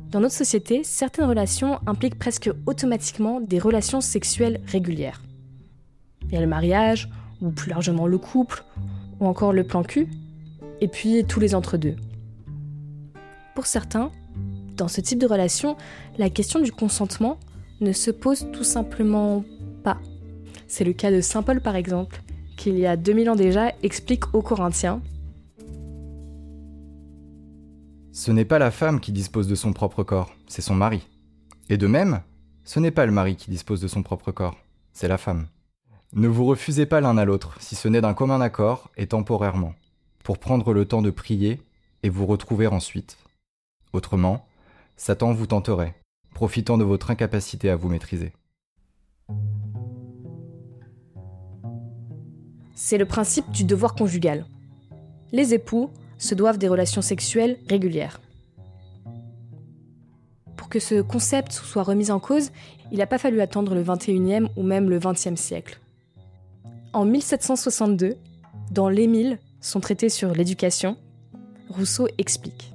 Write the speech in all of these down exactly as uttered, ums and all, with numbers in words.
Dans notre société, certaines relations impliquent presque automatiquement des relations sexuelles régulières. Il y a le mariage, ou plus largement le couple, ou encore le plan cul, et puis tous les entre-deux. Pour certains, dans ce type de relation, la question du consentement ne se pose tout simplement pas. C'est le cas de saint Paul par exemple, qui il y a deux mille ans déjà explique aux Corinthiens: Ce n'est pas la femme qui dispose de son propre corps, c'est son mari. Et de même, ce n'est pas le mari qui dispose de son propre corps, c'est la femme. Ne vous refusez pas l'un à l'autre, si ce n'est d'un commun accord et temporairement, pour prendre le temps de prier et vous retrouver ensuite. Autrement, Satan vous tenterait, profitant de votre incapacité à vous maîtriser. C'est le principe du devoir conjugal. Les époux se doivent des relations sexuelles régulières. Pour que ce concept soit remis en cause, il n'a pas fallu attendre le vingt et unième ou même le vingtième siècle. En mille sept cent soixante-deux, dans l'Émile, son traité sur l'éducation, Rousseau explique: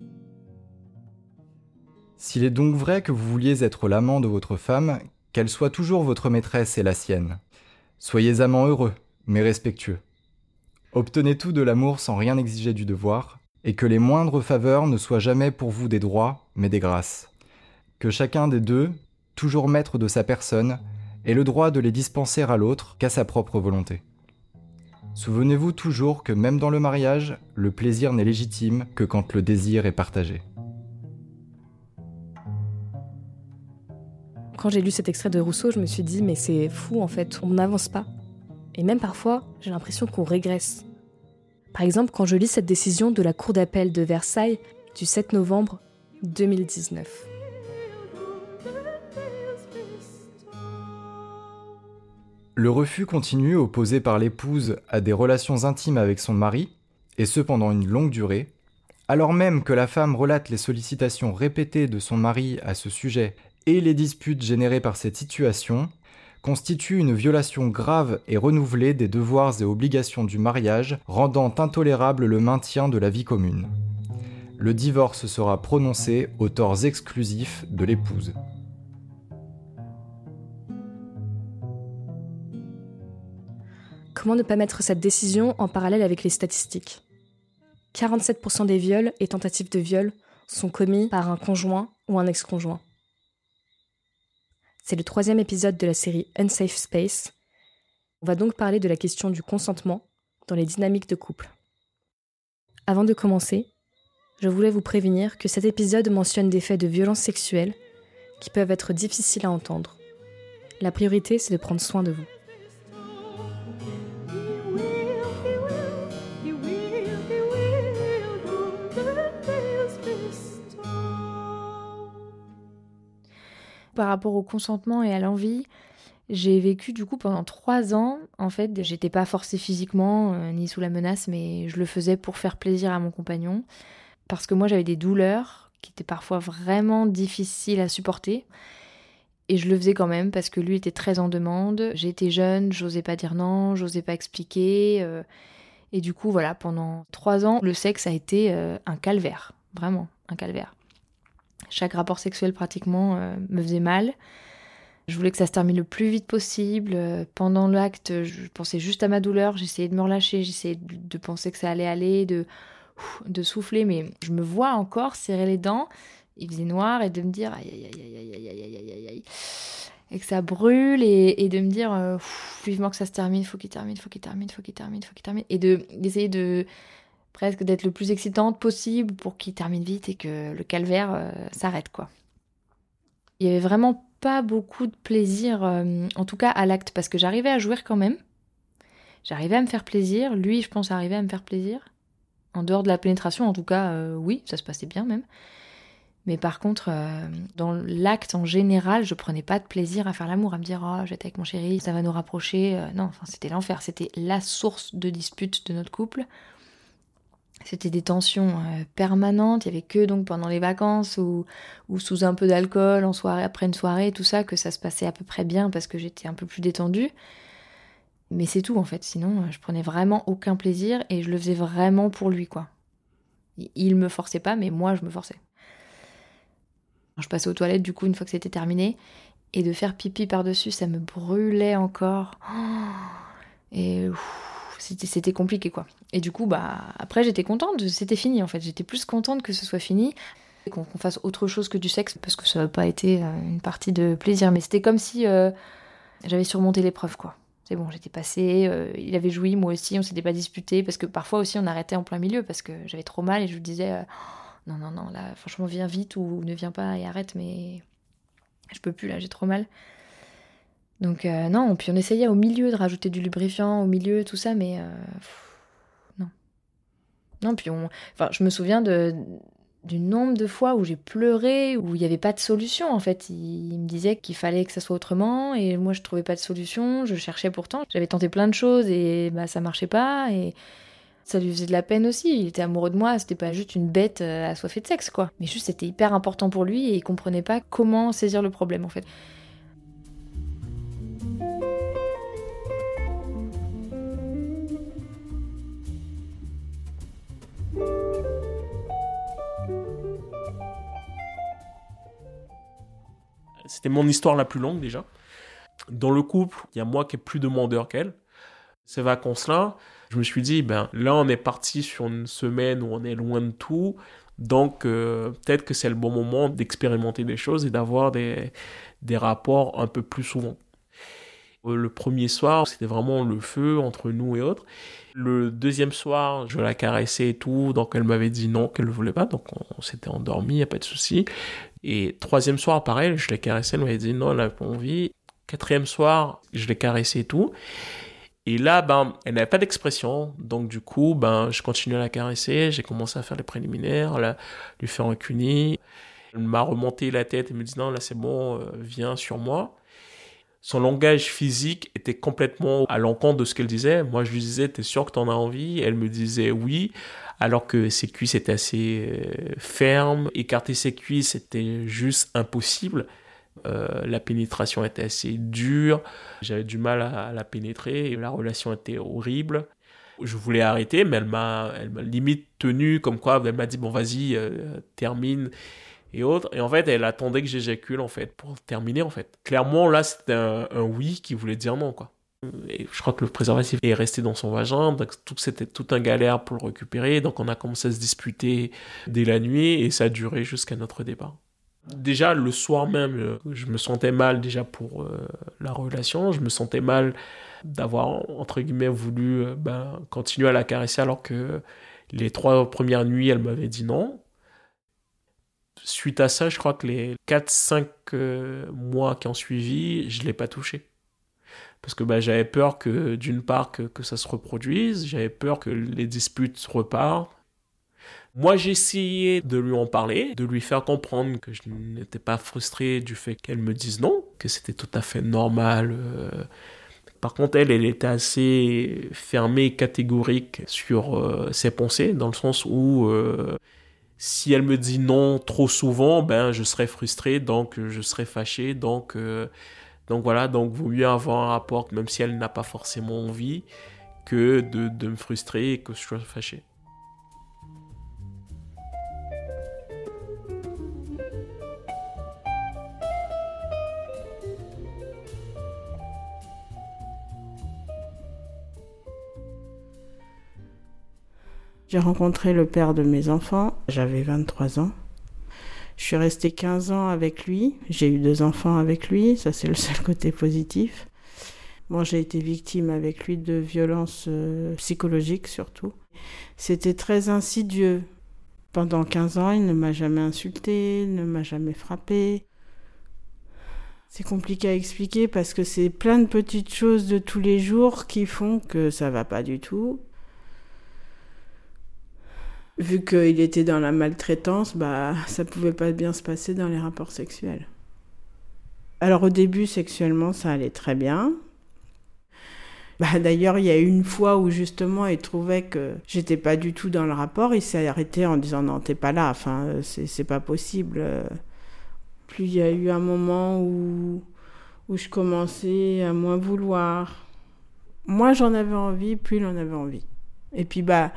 S'il est donc vrai que vous vouliez être l'amant de votre femme, qu'elle soit toujours votre maîtresse et la sienne. Soyez amants heureux, mais respectueux. Obtenez tout de l'amour sans rien exiger du devoir, et que les moindres faveurs ne soient jamais pour vous des droits, mais des grâces. Que chacun des deux, toujours maître de sa personne, ait le droit de les dispenser à l'autre qu'à sa propre volonté. Souvenez-vous toujours que même dans le mariage, le plaisir n'est légitime que quand le désir est partagé. Quand j'ai lu cet extrait de Rousseau, je me suis dit, mais c'est fou en fait, on n'avance pas. Et même parfois, j'ai l'impression qu'on régresse. Par exemple, quand je lis cette décision de la Cour d'appel de Versailles du sept novembre deux mille dix-neuf. Le refus continu opposé par l'épouse à des relations intimes avec son mari, et ce pendant une longue durée, alors même que la femme relate les sollicitations répétées de son mari à ce sujet et les disputes générées par cette situation, constitue une violation grave et renouvelée des devoirs et obligations du mariage, rendant intolérable le maintien de la vie commune. Le divorce sera prononcé aux torts exclusifs de l'épouse. Comment ne pas mettre cette décision en parallèle avec les statistiques ? quarante-sept pour cent des viols et tentatives de viol sont commis par un conjoint ou un ex-conjoint. C'est le troisième épisode de la série Unsafe Space. On va donc parler de la question du consentement dans les dynamiques de couple. Avant de commencer, je voulais vous prévenir que cet épisode mentionne des faits de violence sexuelle qui peuvent être difficiles à entendre. La priorité, c'est de prendre soin de vous. Par rapport au consentement et à l'envie, j'ai vécu du coup pendant trois ans, en fait, j'étais pas forcée physiquement euh, ni sous la menace, mais je le faisais pour faire plaisir à mon compagnon, parce que moi j'avais des douleurs qui étaient parfois vraiment difficiles à supporter, et je le faisais quand même parce que lui était très en demande. J'étais jeune, j'osais pas dire non, j'osais pas expliquer, euh, et du coup voilà, pendant trois ans, le sexe a été euh, un calvaire, vraiment un calvaire. Chaque rapport sexuel pratiquement euh, me faisait mal. Je voulais que ça se termine le plus vite possible. Pendant l'acte, je pensais juste à ma douleur, j'essayais de me relâcher, j'essayais de, de penser que ça allait aller, de, de souffler, mais je me vois encore serrer les dents, il faisait noir, et de me dire aïe aïe aïe aïe aïe aïe aïe aïe aïe, et que ça brûle, et, et de me dire euh, vivement que ça se termine, faut qu'il termine, faut qu'il termine, faut qu'il termine, faut qu'il termine, et de, d'essayer de presque d'être le plus excitante possible pour qu'il termine vite et que le calvaire euh, s'arrête, quoi. Il y avait vraiment pas beaucoup de plaisir, euh, en tout cas à l'acte, parce que j'arrivais à jouir quand même. J'arrivais à me faire plaisir. Lui, je pense, arrivait à me faire plaisir. En dehors de la pénétration, en tout cas, euh, oui, ça se passait bien même. Mais par contre, euh, dans l'acte en général, je prenais pas de plaisir à faire l'amour, à me dire « Oh, je vais être avec mon chéri, ça va nous rapprocher. Euh, ». Non, enfin, c'était l'enfer. C'était la source de dispute de notre couple. C'était des tensions euh, permanentes. Il y avait que donc pendant les vacances ou, ou sous un peu d'alcool, en soirée, après une soirée, tout ça, que ça se passait à peu près bien parce que j'étais un peu plus détendue. Mais c'est tout en fait. Sinon, je prenais vraiment aucun plaisir et je le faisais vraiment pour lui, quoi. Il me forçait pas, mais moi, je me forçais. Je passais aux toilettes, du coup, une fois que c'était terminé. Et de faire pipi par-dessus, ça me brûlait encore. Et ouf, c'était, c'était compliqué, quoi. Et du coup, bah, après, j'étais contente. C'était fini, en fait. J'étais plus contente que ce soit fini. Qu'on, qu'on fasse autre chose que du sexe, parce que ça n'a pas été une partie de plaisir. Mais c'était comme si euh, j'avais surmonté l'épreuve, quoi. C'est bon, j'étais passée. Euh, il avait joui, moi aussi. On s'était pas disputé. Parce que parfois aussi, on arrêtait en plein milieu. Parce que j'avais trop mal et je lui disais... Euh, non, non, non, là, franchement, viens vite ou ne viens pas et arrête, mais je peux plus, là, j'ai trop mal. Donc, euh, non, puis on essayait au milieu de rajouter du lubrifiant, au milieu, tout ça, mais euh, pff, non. Non, puis on... Enfin, je me souviens de, du nombre de fois où j'ai pleuré, où il n'y avait pas de solution, en fait. Il, il me disait qu'il fallait que ça soit autrement, et moi, je trouvais pas de solution, je cherchais pourtant. J'avais tenté plein de choses, et bah, ça marchait pas, et... Ça lui faisait de la peine aussi, il était amoureux de moi, c'était pas juste une bête assoiffée de sexe, quoi. Mais juste, c'était hyper important pour lui et il comprenait pas comment saisir le problème, en fait. C'était mon histoire la plus longue, déjà. Dans le couple, il y a moi qui est plus demandeur qu'elle. Ces vacances-là, je me suis dit, ben là, on est parti sur une semaine où on est loin de tout. Donc, euh, peut-être que c'est le bon moment d'expérimenter des choses et d'avoir des, des rapports un peu plus souvent. Euh, le premier soir, c'était vraiment le feu entre nous et autres. Le deuxième soir, je la caressais et tout. Donc, elle m'avait dit non, qu'elle ne voulait pas. Donc, on, on s'était endormis, il n'y a pas de souci. Et troisième soir, pareil, je l'ai caressée. Elle m'avait dit non, elle n'avait pas envie. Quatrième soir, je l'ai caressée et tout. Et là, ben, elle n'avait pas d'expression, donc du coup, ben, je continuais à la caresser, j'ai commencé à faire les préliminaires, à lui faire un cuni. Elle m'a remonté la tête et me dit non, là c'est bon, euh, viens sur moi. Son langage physique était complètement à l'encontre de ce qu'elle disait. Moi, je lui disais, t'es sûr que t'en as envie ? Elle me disait oui, alors que ses cuisses étaient assez euh, fermes. Écarter ses cuisses, c'était juste impossible. Euh, la pénétration était assez dure, j'avais du mal à, à la pénétrer et la relation était horrible. Je voulais arrêter, mais elle m'a, elle m'a limite tenu comme quoi, elle m'a dit bon vas-y, euh, termine et autres. Et en fait, elle attendait que j'éjacule en fait pour terminer en fait. Clairement là, c'était un, un oui qui voulait dire non quoi. Et je crois que le préservatif est resté dans son vagin, donc tout, c'était tout un galère pour le récupérer. Donc on a commencé à se disputer dès la nuit et ça a duré jusqu'à notre départ. Déjà, le soir même, je me sentais mal déjà pour euh, la relation. Je me sentais mal d'avoir, entre guillemets, voulu euh, ben, continuer à la caresser alors que les trois premières nuits, elle m'avait dit non. Suite à ça, je crois que les quatre cinq euh, mois qui ont suivi, je ne l'ai pas touchée. Parce que ben, j'avais peur que, d'une part, que, que ça se reproduise. J'avais peur que les disputes repartent. Moi, j'ai essayé de lui en parler, de lui faire comprendre que je n'étais pas frustré du fait qu'elle me dise non, que c'était tout à fait normal. Par contre, elle, elle était assez fermée, catégorique sur euh, ses pensées, dans le sens où euh, si elle me dit non trop souvent, ben, je serais frustré, donc je serais fâché, donc, euh, donc voilà, donc vaut mieux avoir un rapport, même si elle n'a pas forcément envie, que de, de me frustrer et que je sois fâché. J'ai rencontré le père de mes enfants, j'avais vingt-trois ans. Je suis restée quinze ans avec lui, j'ai eu deux enfants avec lui, ça c'est le seul côté positif. Moi, j'ai été victime avec lui de violences euh, psychologiques surtout. C'était très insidieux. Pendant quinze ans, il ne m'a jamais insulté, ne m'a jamais frappé. C'est compliqué à expliquer parce que c'est plein de petites choses de tous les jours qui font que ça va pas du tout. Vu qu'il était dans la maltraitance, bah, ça pouvait pas bien se passer dans les rapports sexuels. Alors au début, sexuellement, ça allait très bien. Bah, d'ailleurs, il y a eu une fois où justement, il trouvait que j'étais pas du tout dans le rapport. Il s'est arrêté en disant « Non, t'es pas là, enfin, c'est, c'est pas possible ». Puis il y a eu un moment où, où je commençais à moins vouloir. Moi, j'en avais envie, puis il en avait envie. Et puis, bah,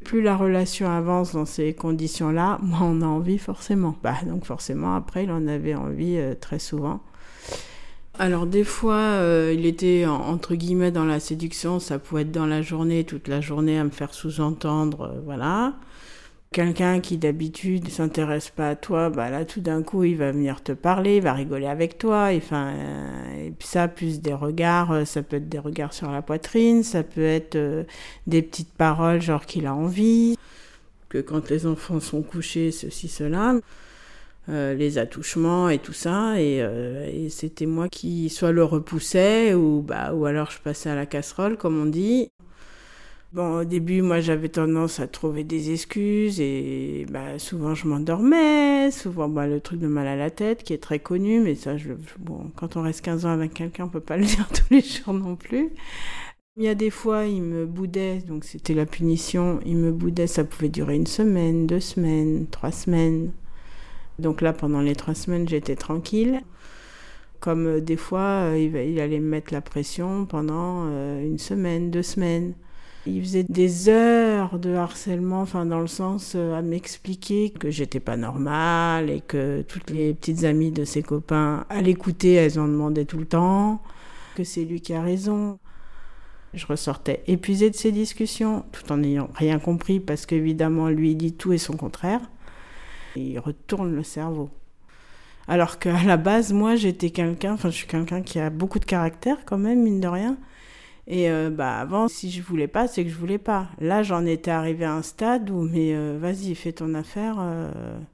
Plus la relation avance dans ces conditions-là, moins on a envie forcément. Bah, donc forcément, après, il en avait envie euh, très souvent. Alors des fois, euh, il était entre guillemets dans la séduction, ça pouvait être dans la journée, toute la journée à me faire sous-entendre, euh, voilà. Quelqu'un qui d'habitude ne s'intéresse pas à toi, bah là tout d'un coup il va venir te parler, il va rigoler avec toi, et, enfin, euh, et puis ça plus des regards, euh, ça peut être des regards sur la poitrine, ça peut être euh, des petites paroles genre qu'il a envie, que quand les enfants sont couchés, ceci, cela... Euh, les attouchements et tout ça, et, euh, et c'était moi qui soit le repoussais ou, bah, ou alors je passais à la casserole comme on dit. Bon, au début moi j'avais tendance à trouver des excuses et bah, souvent je m'endormais, souvent bah, le truc de mal à la tête qui est très connu, mais ça je, bon, quand on reste quinze ans avec quelqu'un on peut pas le dire tous les jours non plus. Il y a des fois il me boudait, donc c'était la punition, il me boudait, ça pouvait durer une semaine, deux semaines, trois semaines. Donc là, pendant les trois semaines, j'étais tranquille. Comme euh, des fois, euh, il, il allait me mettre la pression pendant euh, une semaine, deux semaines. Il faisait des heures de harcèlement, enfin dans le sens euh, à m'expliquer que j'étais pas normale et que toutes les petites amies de ses copains, à l'écouter, elles en demandaient tout le temps, que c'est lui qui a raison. Je ressortais épuisée de ces discussions, tout en n'ayant rien compris, parce qu'évidemment, lui, il dit tout et son contraire. Il retourne le cerveau. Alors qu'à la base, moi, j'étais quelqu'un, enfin, je suis quelqu'un qui a beaucoup de caractère quand même, mine de rien. Et euh, bah avant, si je voulais pas, c'est que je voulais pas. Là, j'en étais arrivée à un stade où, mais euh, vas-y, fais ton affaire. Euh...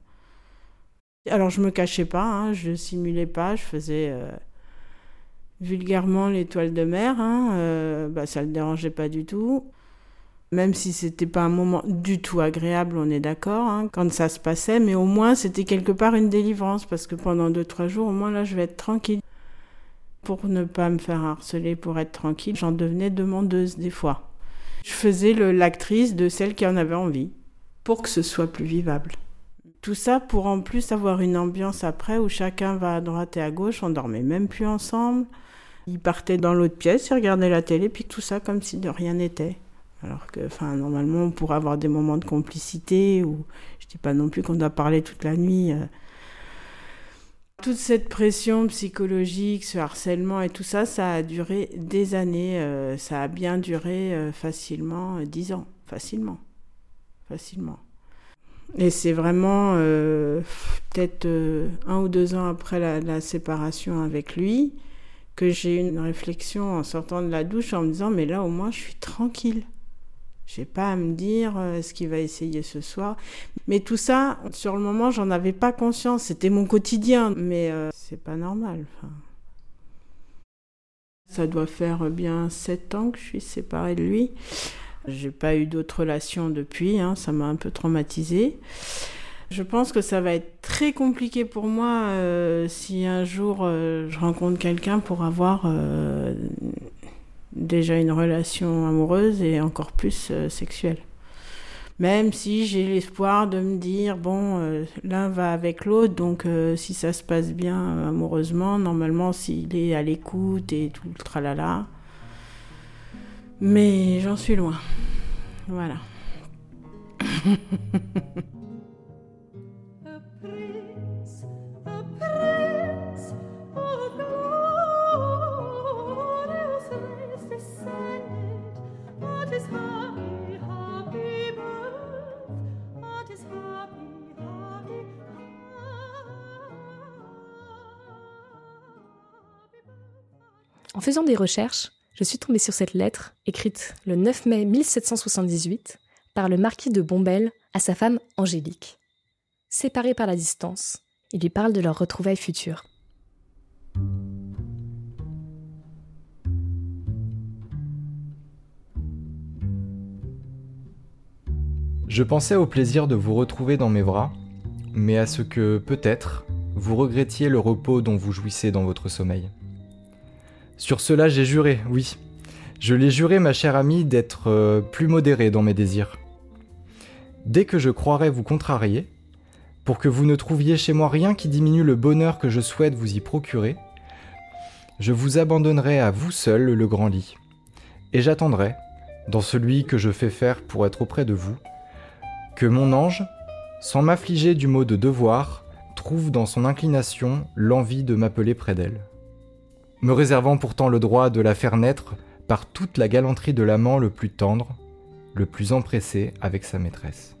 Alors, je me cachais pas, hein, je simulais pas, je faisais euh, vulgairement l'étoile de mer. Hein, euh, bah, ça le dérangeait pas du tout. Même si c'était pas un moment du tout agréable, on est d'accord, hein, quand ça se passait, mais au moins c'était quelque part une délivrance, parce que pendant deux, trois jours, au moins là, je vais être tranquille. Pour ne pas me faire harceler, pour être tranquille, j'en devenais demandeuse des fois. Je faisais le, l'actrice de celle qui en avait envie, pour que ce soit plus vivable. Tout ça pour en plus avoir une ambiance après où chacun va à droite et à gauche, on dormait même plus ensemble. Ils partaient dans l'autre pièce, ils regardaient la télé, puis tout ça comme si de rien n'était. Alors que, enfin, normalement, on pourrait avoir des moments de complicité, ou je dis pas non plus qu'on doit parler toute la nuit. Euh. Toute cette pression psychologique, ce harcèlement et tout ça, ça a duré des années. Euh, ça a bien duré euh, facilement euh, dix ans, facilement, facilement. Et c'est vraiment euh, peut-être euh, un ou deux ans après la, la séparation avec lui que j'ai eu une réflexion en sortant de la douche en me disant « mais là, au moins, je suis tranquille ». J'ai pas à me dire euh, ce qu'il va essayer ce soir. Mais tout ça, sur le moment, j'en avais pas conscience. C'était mon quotidien. Mais euh, c'est pas normal. Enfin. Ça doit faire bien sept ans que je suis séparée de lui. J'ai pas eu d'autres relations depuis. Hein, ça m'a un peu traumatisée. Je pense que ça va être très compliqué pour moi euh, si un jour euh, je rencontre quelqu'un pour avoir... Euh, déjà une relation amoureuse et encore plus euh, sexuelle. Même si j'ai l'espoir de me dire, bon, euh, l'un va avec l'autre, donc euh, si ça se passe bien euh, amoureusement, normalement s'il est à l'écoute et tout le tralala. Mais j'en suis loin. Voilà. En faisant des recherches, je suis tombée sur cette lettre, écrite le neuf mai mille sept cent soixante-dix-huit, par le marquis de Bombelles à sa femme Angélique. Séparés par la distance, il lui parle de leur retrouvailles futures. Je pensais au plaisir de vous retrouver dans mes bras, mais à ce que, peut-être, vous regrettiez le repos dont vous jouissez dans votre sommeil. Sur cela, j'ai juré, oui. Je l'ai juré, ma chère amie, d'être euh, plus modéré dans mes désirs. Dès que je croirais vous contrarier, pour que vous ne trouviez chez moi rien qui diminue le bonheur que je souhaite vous y procurer, je vous abandonnerai à vous seul le grand lit, et j'attendrai, dans celui que je fais faire pour être auprès de vous, Que mon ange, sans m'affliger du mot de devoir, trouve dans son inclination l'envie de m'appeler près d'elle. Me réservant pourtant le droit de la faire naître par toute la galanterie de l'amant le plus tendre, le plus empressé avec sa maîtresse.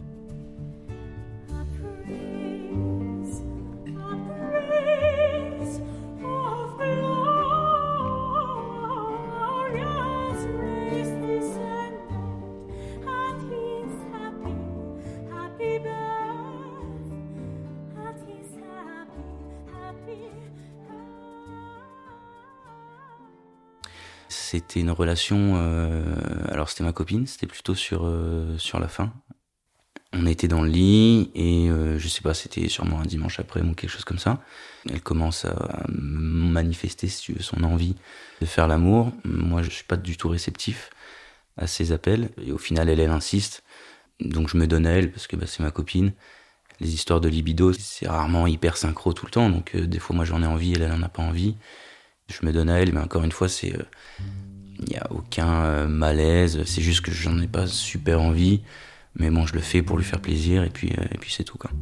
C'était une relation, euh, alors c'était ma copine, c'était plutôt sur, euh, sur la fin. On était dans le lit et euh, je sais pas, c'était sûrement un dimanche après ou quelque chose comme ça. Elle commence à, à manifester, si tu veux, son envie de faire l'amour. Moi, je suis pas du tout réceptif à ses appels et au final, elle, elle insiste. Donc je me donne à elle parce que bah, c'est ma copine. Les histoires de libido, c'est rarement hyper synchro tout le temps, donc euh, des fois, moi j'en ai envie, elle, elle en a pas envie. Je me donne à elle, mais encore une fois, c'est, il n'y a aucun euh, malaise, c'est juste que j'en ai pas super envie, mais bon, je le fais pour lui faire plaisir, et puis, euh, et puis c'est tout, quoi.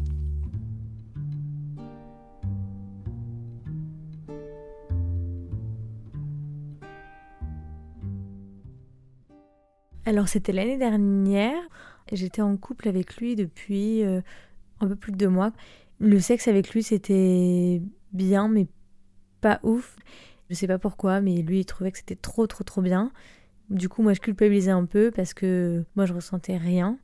Alors c'était l'année dernière, j'étais en couple avec lui depuis euh, un peu plus de deux mois. Le sexe avec lui c'était bien, mais pas ouf. Je sais pas pourquoi, mais lui, il trouvait que c'était trop, trop, trop bien. Du coup, moi, je culpabilisais un peu parce que moi, je ressentais rien.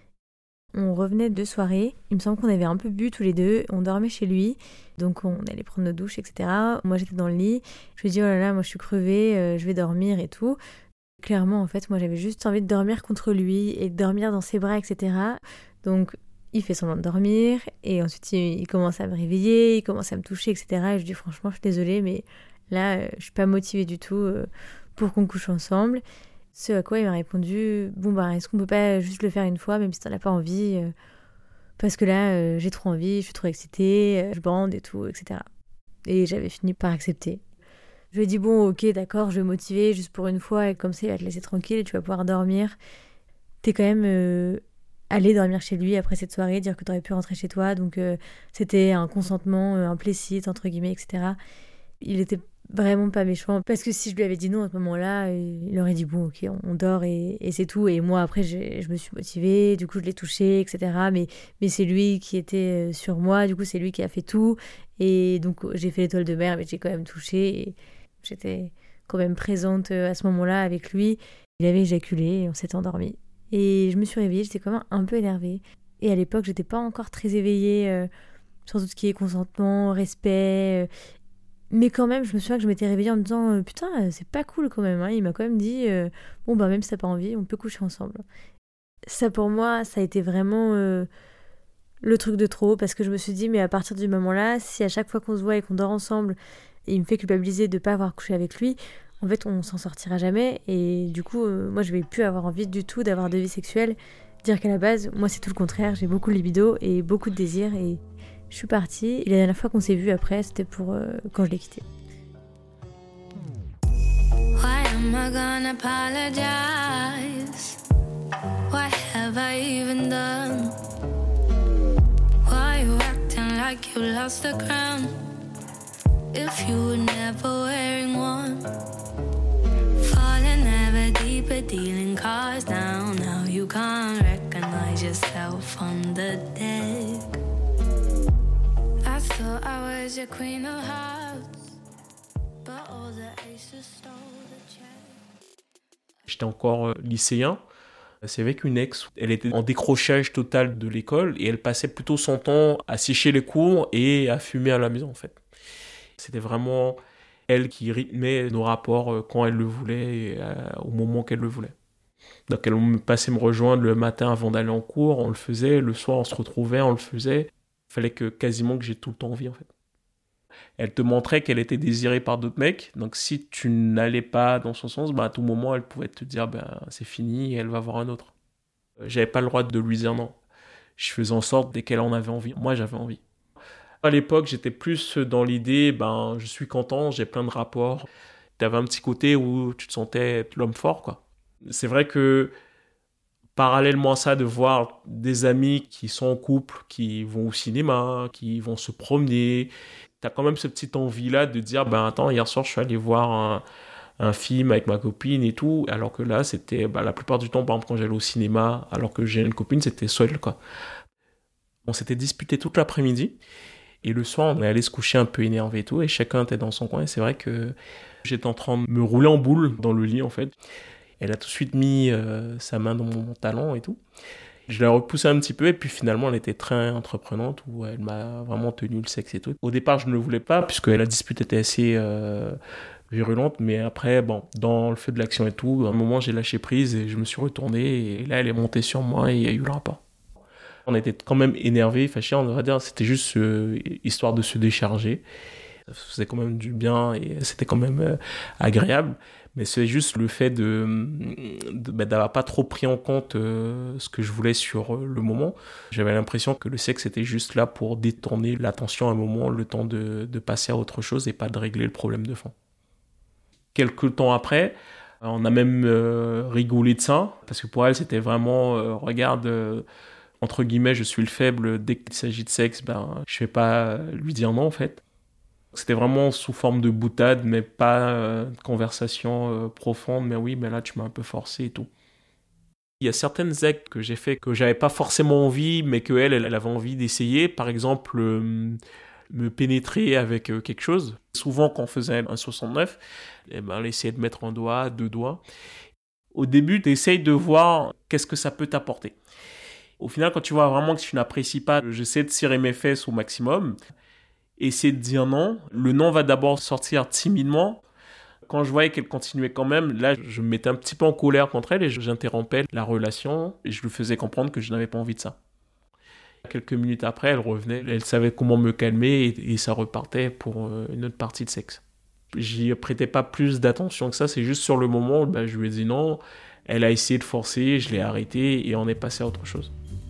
On revenait de soirée. Il me semble qu'on avait un peu bu tous les deux. On dormait chez lui. Donc, on allait prendre nos douches, et cetera. Moi, j'étais dans le lit. Je lui ai dit, oh là là, moi, je suis crevée, euh, je vais dormir et tout. Clairement, en fait, moi, j'avais juste envie de dormir contre lui et de dormir dans ses bras, et cetera. Donc, il fait semblant de dormir. Et ensuite, il, il commence à me réveiller, il commence à me toucher, et cetera. Et je dis, franchement, je suis désolée, mais là, euh, je suis pas motivée du tout euh, pour qu'on couche ensemble. Ce à quoi il m'a répondu, bon bah est-ce qu'on peut pas juste le faire une fois, même si t'en as pas envie, euh, parce que là euh, j'ai trop envie, je suis trop excitée, euh, je bande et tout, et cetera. Et j'avais fini par accepter. Je lui ai dit bon ok d'accord, je vais motiver juste pour une fois, et comme ça il va te laisser tranquille et tu vas pouvoir dormir. T'es quand même euh, allé dormir chez lui après cette soirée, dire que t'aurais pu rentrer chez toi, donc euh, c'était un consentement euh, implicite entre guillemets, et cetera. Il était vraiment pas méchant, parce que si je lui avais dit non à ce moment-là, il aurait dit bon ok on dort et, et c'est tout, et moi après j'ai, je me suis motivée, du coup je l'ai touché, etc. mais, mais c'est lui qui était sur moi, du coup c'est lui qui a fait tout, et donc j'ai fait l'étoile de mer, mais j'ai quand même touché et j'étais quand même présente à ce moment-là avec lui. Il avait éjaculé et on s'est endormi et je me suis réveillée, j'étais quand même un peu énervée, et à l'époque j'étais pas encore très éveillée euh, sur tout ce qui est consentement, respect, euh, mais quand même, je me souviens que je m'étais réveillée en me disant euh, putain, c'est pas cool quand même. Hein. Il m'a quand même dit euh, bon, bah, même si t'as pas envie, on peut coucher ensemble. Ça, pour moi, ça a été vraiment euh, le truc de trop, parce que je me suis dit, mais à partir du moment-là, si à chaque fois qu'on se voit et qu'on dort ensemble, et il me fait culpabiliser de pas avoir couché avec lui, en fait, on s'en sortira jamais. Et du coup, euh, moi, je vais plus avoir envie du tout d'avoir de vie sexuelle. Dire qu'à la base, moi, c'est tout le contraire. J'ai beaucoup de libido et beaucoup de désir et. Je suis partie et la dernière fois qu'on s'est vu après, c'était pour euh, quand je l'ai quitté. Why am I gonna apologize? What have I even done? Why you acting like you lost the crown? If you were never wearing one. Falling ever deeper, dealing cards down. Now you can't recognize yourself on the deck. I thought I was your queen of hearts, but all the aces stole the check. J'étais encore lycéen. C'est avec une ex. Elle était en décrochage total de l'école et elle passait plutôt son temps à sécher les cours et à fumer à la maison en fait. C'était vraiment elle qui rythmait nos rapports quand elle le voulait et au moment qu'elle le voulait. Donc elle passait me rejoindre le matin avant d'aller en cours, on le faisait. Le soir on se retrouvait, on le faisait. Il fallait que quasiment que j'ai tout le temps envie en fait. Elle te montrait qu'elle était désirée par d'autres mecs, donc si tu n'allais pas dans son sens, bah à tout moment elle pouvait te dire ben c'est fini, elle va voir un autre. J'avais pas le droit de lui dire non. Je faisais en sorte dès qu'elle en avait envie, moi j'avais envie. À l'époque j'étais plus dans l'idée ben je suis content, j'ai plein de rapports. T'avais un petit côté où tu te sentais l'homme fort quoi. C'est vrai que Parallèlement à ça, de voir des amis qui sont en couple, qui vont au cinéma, qui vont se promener, t'as quand même cette petite envie-là de dire, ben attends, hier soir, je suis allé voir un, un film avec ma copine et tout, alors que là, c'était, ben, la plupart du temps, par exemple, quand j'allais au cinéma, alors que j'ai une copine, c'était seul, quoi. On s'était disputé toute l'après-midi, et le soir, on est allé se coucher un peu énervé et tout, et chacun était dans son coin, et c'est vrai que j'étais en train de me rouler en boule dans le lit, en fait. Elle a tout de suite mis euh, sa main dans mon talon et tout. Je l'ai repoussée un petit peu et puis finalement elle était très entreprenante où elle m'a vraiment tenu le sexe et tout. Au départ je ne le voulais pas puisque la dispute était assez euh, virulente, mais après bon, dans le feu de l'action et tout, à un moment j'ai lâché prise et je me suis retourné et là elle est montée sur moi et il y a eu le rapport. On était quand même énervés, fâchés, on va dire, c'était juste euh, histoire de se décharger. Ça faisait quand même du bien et c'était quand même euh, agréable. Mais c'est juste le fait de, de bah, d'avoir pas trop pris en compte euh, ce que je voulais sur euh, le moment. J'avais l'impression que le sexe était juste là pour détourner l'attention à un moment, le temps de, de passer à autre chose et pas de régler le problème de fond. Quelques temps après, on a même euh, rigolé de ça, parce que pour elle, c'était vraiment, euh, regarde, euh, entre guillemets, je suis le faible, dès qu'il s'agit de sexe, ben, je vais pas lui dire non, en fait. C'était vraiment sous forme de boutade, mais pas euh, de conversation euh, profonde. Mais oui, mais là, tu m'as un peu forcé et tout. Il y a certaines actes que j'ai fait que j'avais pas forcément envie, mais qu'elle, elle, elle avait envie d'essayer. Par exemple, euh, me pénétrer avec euh, quelque chose. Souvent, quand on faisait un soixante-neuf, eh ben, elle essayait de mettre un doigt, deux doigts. Au début, tu essayes de voir qu'est-ce que ça peut t'apporter. Au final, quand tu vois vraiment que tu n'apprécies pas, j'essaie de serrer mes fesses au maximum. Essayer de dire non. Le non va d'abord sortir timidement. Quand je voyais qu'elle continuait quand même, là, je me mettais un petit peu en colère contre elle et j'interrompais la relation et je lui faisais comprendre que je n'avais pas envie de ça. Quelques minutes après, elle revenait. Elle savait comment me calmer et, et ça repartait pour une autre partie de sexe. J'y prêtais pas plus d'attention que ça. C'est juste sur le moment, ben, je lui ai dit non. Elle a essayé de forcer, je l'ai arrêté et on est passé à autre chose.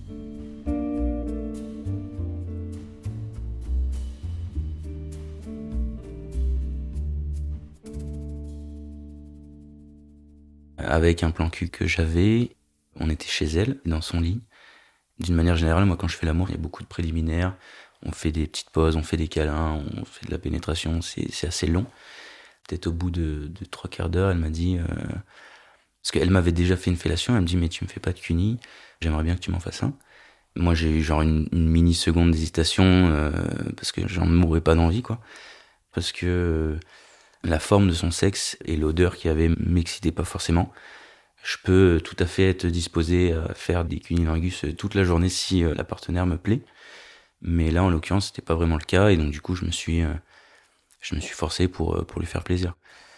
Avec un plan cul que j'avais, on était chez elle, dans son lit. D'une manière générale, moi quand je fais l'amour, il y a beaucoup de préliminaires. On fait des petites pauses, on fait des câlins, on fait de la pénétration, c'est, c'est assez long. Peut-être au bout de, de trois quarts d'heure, elle m'a dit... Euh, parce qu'elle m'avait déjà fait une fellation, elle me dit « mais tu me fais pas de cuni, j'aimerais bien que tu m'en fasses un ». Moi j'ai eu genre une, une mini-seconde d'hésitation, euh, parce que j'en mourais pas d'envie, quoi. Parce que... Euh, la forme de son sexe et l'odeur qu'il y avait m'excitaient pas forcément. Je peux tout à fait être disposé à faire des cunnilingus toute la journée si la partenaire me plaît. Mais là, en l'occurrence, c'était pas vraiment le cas et donc du coup, je me suis, je me suis forcé pour, pour lui faire plaisir.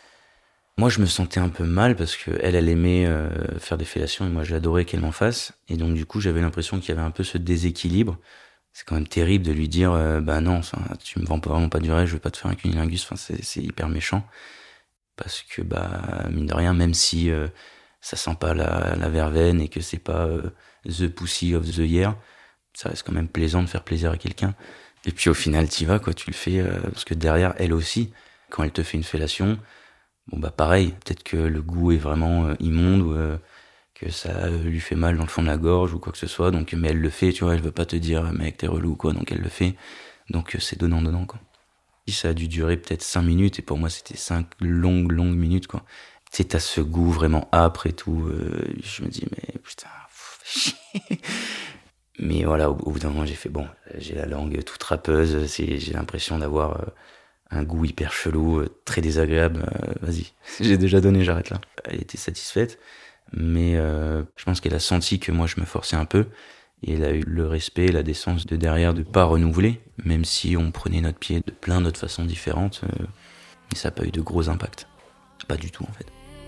Moi, je me sentais un peu mal parce que elle, elle aimait faire des fellations et moi, j'adorais qu'elle m'en fasse. Et donc du coup, j'avais l'impression qu'il y avait un peu ce déséquilibre. C'est quand même terrible de lui dire euh, bah non, ça, tu me vends pas, vraiment pas du rêve, je vais pas te faire un cunnilingus. Enfin, c'est, c'est hyper méchant parce que bah mine de rien, même si euh, ça sent pas la, la verveine et que c'est pas euh, the pussy of the year, ça reste quand même plaisant de faire plaisir à quelqu'un. Et puis au final, t'y vas quoi, tu le fais euh, parce que derrière, elle aussi, quand elle te fait une fellation, bon bah pareil, peut-être que le goût est vraiment euh, immonde ou euh, que ça lui fait mal dans le fond de la gorge ou quoi que ce soit, donc, mais elle le fait, tu vois, elle veut pas te dire, mec, t'es relou, quoi, donc elle le fait, donc c'est donnant-donnant, quoi. Ça a dû durer peut-être cinq minutes, et pour moi, c'était cinq longues, longues minutes, quoi. Tu sais, t'as ce goût vraiment âpre et tout, euh, je me dis, mais putain, pff, chier. Mais voilà, au, au bout d'un moment, j'ai fait, bon, j'ai la langue toute râpeuse, c'est, j'ai l'impression d'avoir euh, un goût hyper chelou, euh, très désagréable, euh, vas-y, j'ai déjà donné, j'arrête là. Elle était satisfaite. Mais euh, je pense qu'elle a senti que moi je me forçais un peu et elle a eu le respect et la décence de derrière de pas renouveler, même si on prenait notre pied de plein d'autres façons différentes, euh, et ça n'a pas eu de gros impact. Pas du tout en fait.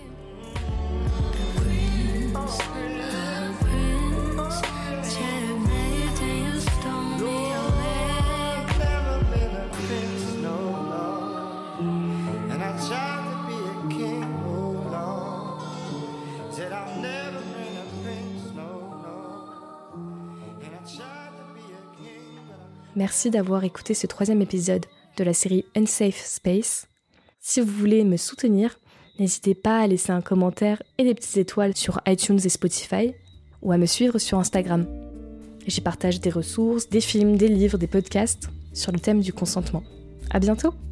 Merci d'avoir écouté ce troisième épisode de la série Unsafe Space. Si vous voulez me soutenir, n'hésitez pas à laisser un commentaire et des petites étoiles sur iTunes et Spotify, ou à me suivre sur Instagram. J'y partage des ressources, des films, des livres, des podcasts sur le thème du consentement. À bientôt!